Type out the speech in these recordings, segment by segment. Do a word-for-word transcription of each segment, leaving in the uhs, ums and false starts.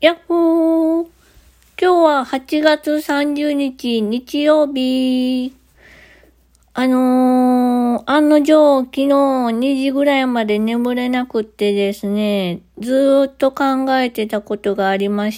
やっほー。今日ははちがつさんじゅうにち日曜日。あのー、案の定昨日にじぐらいまで眠れなくってですね、ずーっと考えてたことがありまして、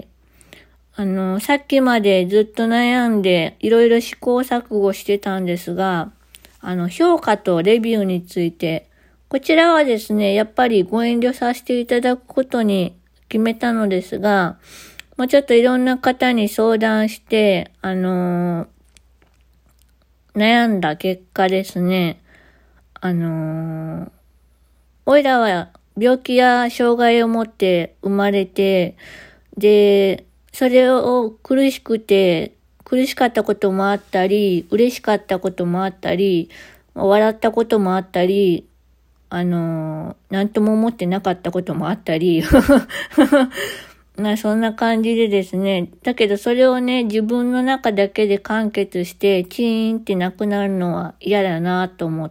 あのー、さっきまでずっと悩んでいろいろ試行錯誤してたんですが、あの、評価とレビューについて、こちらはですね、やっぱりご遠慮させていただくことに決めたのですが、まあ、ちょっといろんな方に相談して、あのー、悩んだ結果ですね、あのー、おいらは病気や障害を持って生まれて、で、それを苦しくて、苦しかったこともあったり、嬉しかったこともあったり、笑ったこともあったり、あのー、なんとも思ってなかったこともあったり、まあそんな感じでですね。だけどそれをね、自分の中だけで完結して、チーンってなくなるのは嫌だなと思って、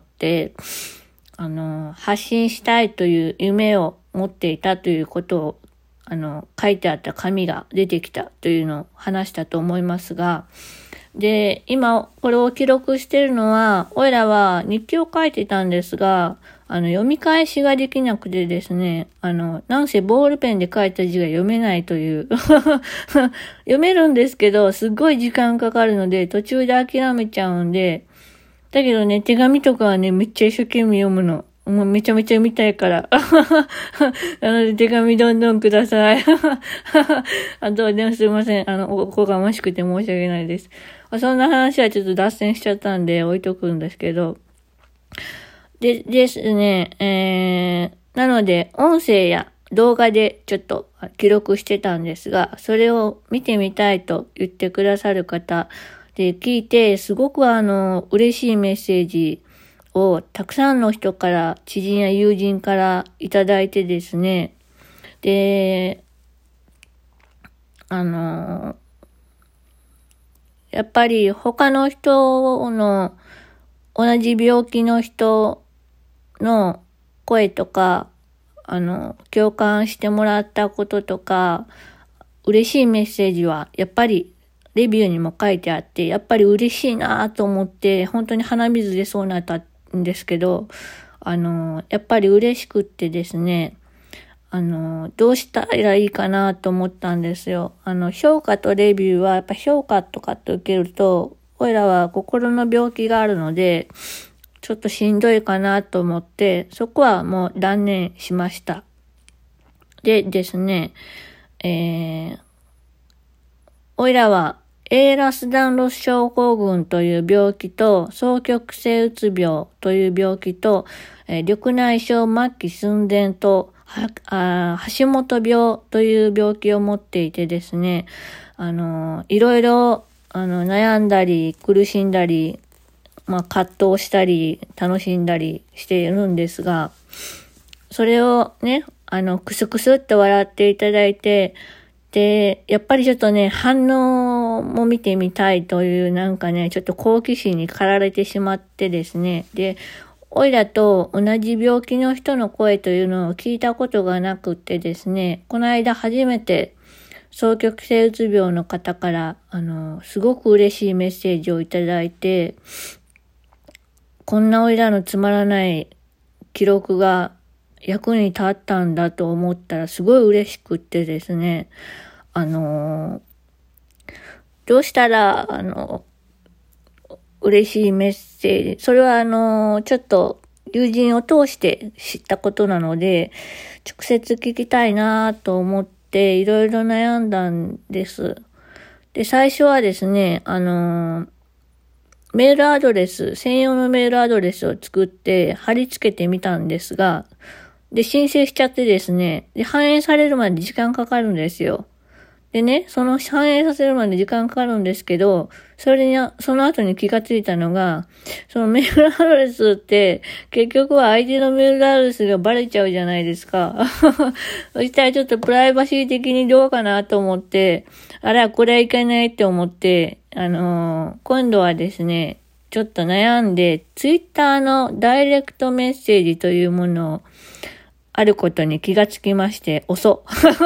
あの、発信したいという夢を持っていたということを、あの、書いてあった紙が出てきたというのを話したと思いますが、で、今これを記録しているのは、おいらは日記を書いてたんですが、あの、読み返しができなくてですね、あの、なんせボールペンで書いた字が読めないという。読めるんですけど、すっごい時間かかるので、途中で諦めちゃうんで、だけどね、手紙とかはね、めっちゃ一生懸命読むの。もうめちゃめちゃ見たいから。なので手紙どんどんください。あと、でもすいません。あの、おこがましくて申し訳ないです。そんな話はちょっと脱線しちゃったんで置いとくんですけど。で、ですね、えー、なので、音声や動画でちょっと記録してたんですが、それを見てみたいと言ってくださる方で聞いて、すごくあの、嬉しいメッセージをたくさんの人から、知人や友人からいただいてですね、で、あの、やっぱり他の人の同じ病気の人の声とか、あの、共感してもらったこととか、嬉しいメッセージは、やっぱり、レビューにも書いてあって、やっぱり嬉しいなと思って、本当に鼻水出そうになったんですけど、あの、やっぱり嬉しくってですね、あの、どうしたらいいかなと思ったんですよ。あの、評価とレビューは、やっぱ評価とかって受けると、おいらは心の病気があるので、ちょっとしんどいかなと思って、そこはもう断念しました。でですね、えー、おいらはエーラスダンロス症候群という病気と、双極性うつ病という病気と、えー、緑内障末期寸前と、はあ橋本病という病気を持っていてですね、あの、いろいろあの悩んだり苦しんだり、まあ葛藤したり楽しんだりしているんですが、それをね、あの、クスクスって笑っていただいて、で、やっぱりちょっとね、反応も見てみたいというなんかね、ちょっと好奇心に駆られてしまってですね。で、おいらと同じ病気の人の声というのを聞いたことがなくってですね、この間初めて双極性うつ病の方から、あの、すごく嬉しいメッセージをいただいて、こんなおいらのつまらない記録が役に立ったんだと思ったらすごい嬉しくってですね、あのー、どうしたら、あの、嬉しいメッセージ、それはあのー、ちょっと友人を通して知ったことなので、直接聞きたいなと思っていろいろ悩んだんです。で、最初はですね、あのー、メールアドレス、専用のメールアドレスを作って貼り付けてみたんですが、で、申請しちゃってですね、で、反映されるまで時間かかるんですよ。でね、その反映させるまで時間かかるんですけど、それに、その後に気がついたのが、そのメールアドレスって、結局は相手のメールアドレスがバレちゃうじゃないですか。そしたらちょっとプライバシー的にどうかなと思って、あら、これはいけないって思って、あのー、今度はですね、ちょっと悩んで、ツイッターのダイレクトメッセージというものを、 あることに気がつきまして、遅。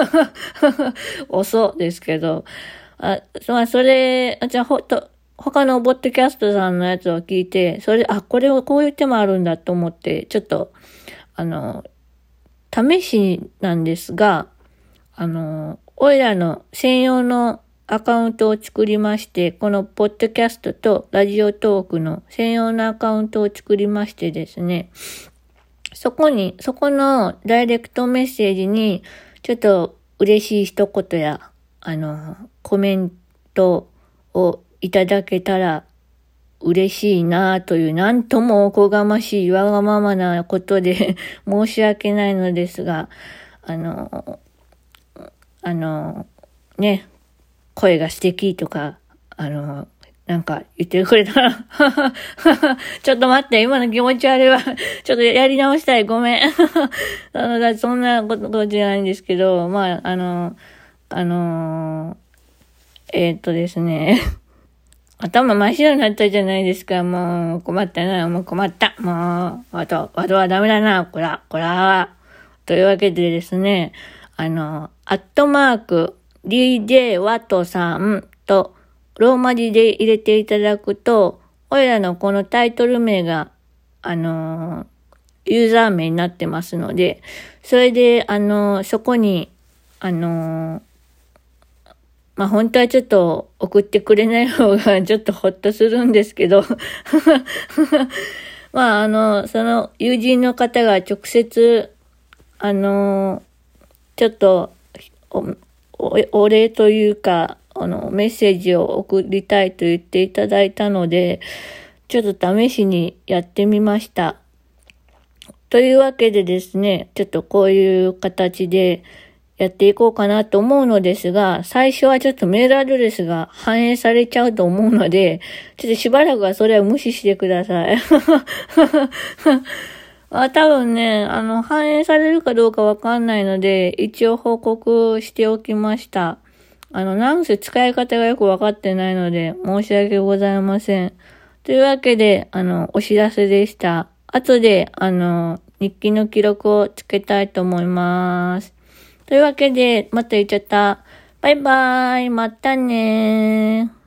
遅ですけど。あ、まあ、それ、じゃあ、ほと、他のボッドキャストさんのやつを聞いて、それ、あ、これをこういう手もあるんだと思って、ちょっと、あの、試しなんですが、あの、おいらの専用のアカウントを作りまして、このポッドキャストとラジオトークの専用のアカウントを作りましてですね、そこに、そこのダイレクトメッセージに、ちょっと嬉しい一言や、あの、コメントをいただけたら嬉しいなという、なんともおこがましいわがままなことで申し訳ないのですが、あの、あの、ね、声が素敵とか、あの、なんか言ってくれたら、ちょっと待って、今の気持ち悪いわ。ちょっとやり直したい。ごめん。あの、だそんなことじゃないんですけど、まあ、あの、あの、えー、っとですね。頭真っ白になったじゃないですか。もう困ったな。もう困った。もう、あと、ワドはダメだな。こら、こら。というわけでですね、あの、アットマーク、ディージェー ワトさんと、ローマ字で入れていただくと、おいらのこのタイトル名が、あの、ユーザー名になってますので、それで、あの、そこに、あの、まあ、本当はちょっと送ってくれない方がちょっとほっとするんですけど、まあ、あの、その友人の方が直接、あの、ちょっとお、お、お礼というか、あの、メッセージを送りたいと言っていただいたので、ちょっと試しにやってみました。というわけでですね、ちょっとこういう形でやっていこうかなと思うのですが、最初はちょっとメールアドレスが反映されちゃうと思うので、ちょっとしばらくはそれは無視してください。あ、多分ね、あの、反映されるかどうかわかんないので、一応報告しておきました。あの、なんせ使い方がよくわかってないので、申し訳ございません。というわけで、あの、お知らせでした。後で、あの、日記の記録をつけたいと思います。というわけで、また言っちゃった。バイバーイ、またねー。